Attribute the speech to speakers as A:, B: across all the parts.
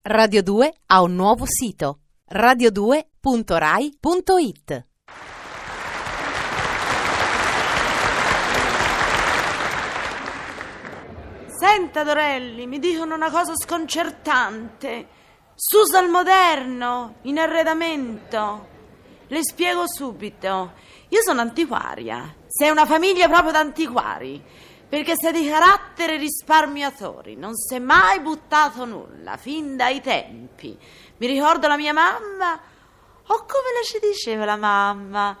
A: Radio 2 ha un nuovo sito, radio2.rai.it.
B: Senta Dorelli, mi dicono una cosa sconcertante. S'usa il moderno, in arredamento. Le spiego subito. Io sono antiquaria. Sei una famiglia proprio d'antiquari, perché sei di carattere risparmiatori. Non si è mai buttato nulla, fin dai tempi. Mi ricordo la mia mamma. Oh, come le ci diceva la mamma?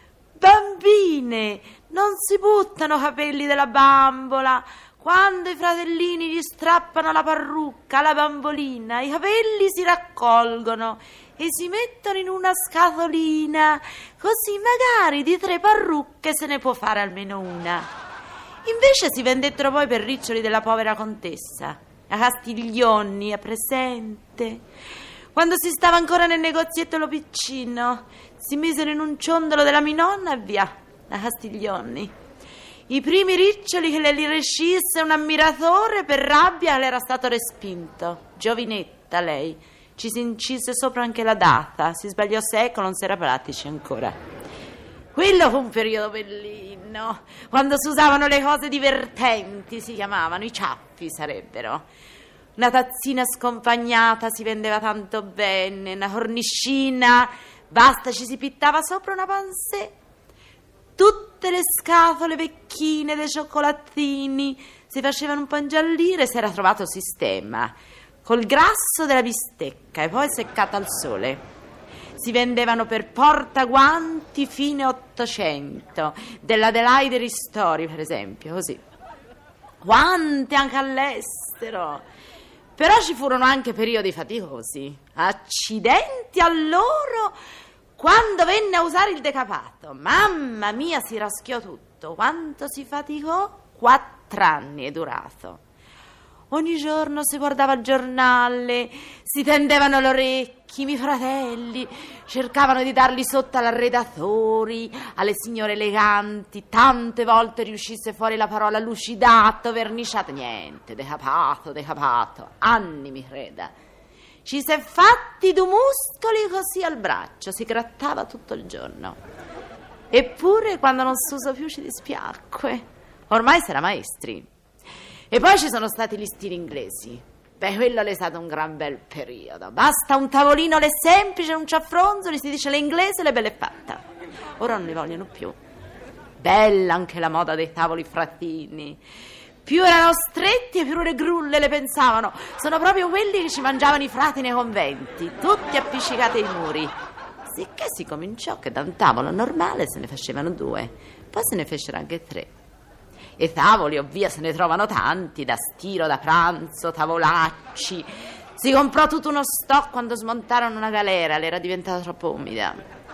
B: Bambine, non si buttano capelli della bambola. Quando i fratellini gli strappano la parrucca alla bambolina, i capelli si raccolgono e si mettono in una scatolina, così magari di 3 parrucche se ne può fare almeno una. Invece si vendettero poi per riccioli della povera contessa, a Castiglioni, è presente? Quando si stava ancora nel negozietto lo piccino, si misero in un ciondolo della minonna e via, a Castiglioni. I primi riccioli che le li rescisse un ammiratore per rabbia che le era stato respinto. Giovinetta lei, ci si incise sopra anche la data, si sbagliò secolo, non si era pratici ancora. Quello fu un periodo bellino, quando si usavano le cose divertenti, si chiamavano, i ciaffi sarebbero. Una tazzina scompagnata si vendeva tanto bene, una cornicina, basta, ci si pittava sopra una pansè. Tutte le scatole vecchine dei cioccolatini si facevano un po' ingiallire, si era trovato sistema, col grasso della bistecca e poi seccata al sole. Si vendevano per portaguanti fine 800, dell'Adelaide Ristori per esempio, così. Quante anche all'estero. Però ci furono anche periodi faticosi. Accidenti a loro quando venne a usare il decapato. Mamma mia, si raschiò tutto. Quanto si faticò? 4 anni è durato. Ogni giorno si guardava il giornale, si tendevano le orecchie, i miei fratelli cercavano di darli sotto all'arredatori, alle signore eleganti. Tante volte riuscisse fuori la parola lucidato, verniciato, niente, decapato, anni mi creda. Ci si è fatti 2 muscoli così al braccio, si grattava tutto il giorno. Eppure quando non si usa più ci dispiacque, ormai si era maestri. E poi ci sono stati gli stili inglesi. Beh, quello è stato un gran bel periodo. Basta un tavolino le semplice, non c'ha fronzoli, si dice l'inglese, le belle fatta. Ora non ne vogliono più. Bella anche la moda dei tavoli fratini. Più erano stretti e più le grulle le pensavano. Sono proprio quelli che ci mangiavano i frati nei conventi, tutti appiccicati ai muri. Sicché si cominciò che da un tavolo normale se ne facevano 2, poi se ne fecero anche 3. E tavoli, ovvia, se ne trovano tanti, da stiro, da pranzo, tavolacci. Si comprò tutto uno stock quando smontarono una galera, le era diventata troppo umida.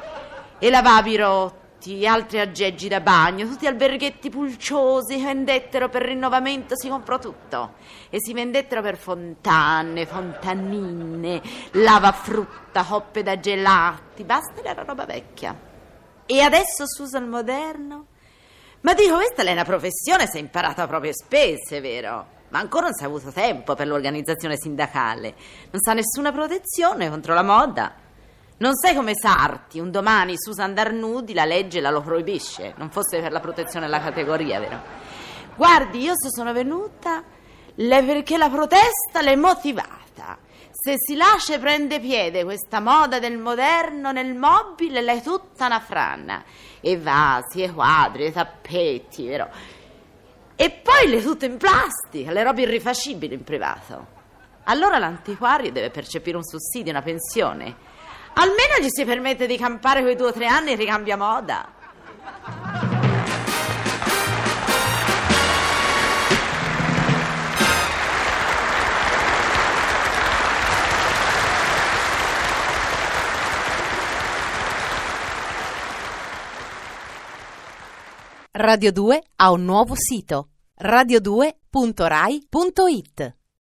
B: E lavabili rotti, altri aggeggi da bagno, tutti alberghetti pulciosi che vendettero per rinnovamento, si comprò tutto. E si vendettero per fontane, fontanine, lavafrutta, coppe da gelati, basta, era roba vecchia. E adesso si usa il moderno? Ma dico, questa è una professione, si è imparata a proprie spese, vero? Ma ancora non si è avuto tempo per l'organizzazione sindacale. Non sa nessuna protezione contro la moda. Non sei come Sarti, un domani si usa andar nudi, la legge la lo proibisce. Non fosse per la protezione della categoria, vero? Guardi, io se sono venuta perché la protesta l'è motivata. Se si lascia prende piede questa moda del moderno nel mobile, lei è tutta una frana. E vasi, e quadri, e tappeti, vero? E poi le tutte in plastica, le robe irrifacibili in privato. Allora l'antiquario deve percepire un sussidio, una pensione. Almeno gli si permette di campare quei 2 o 3 anni e ricambia moda.
A: Radio 2 ha un nuovo sito, radio2.rai.it.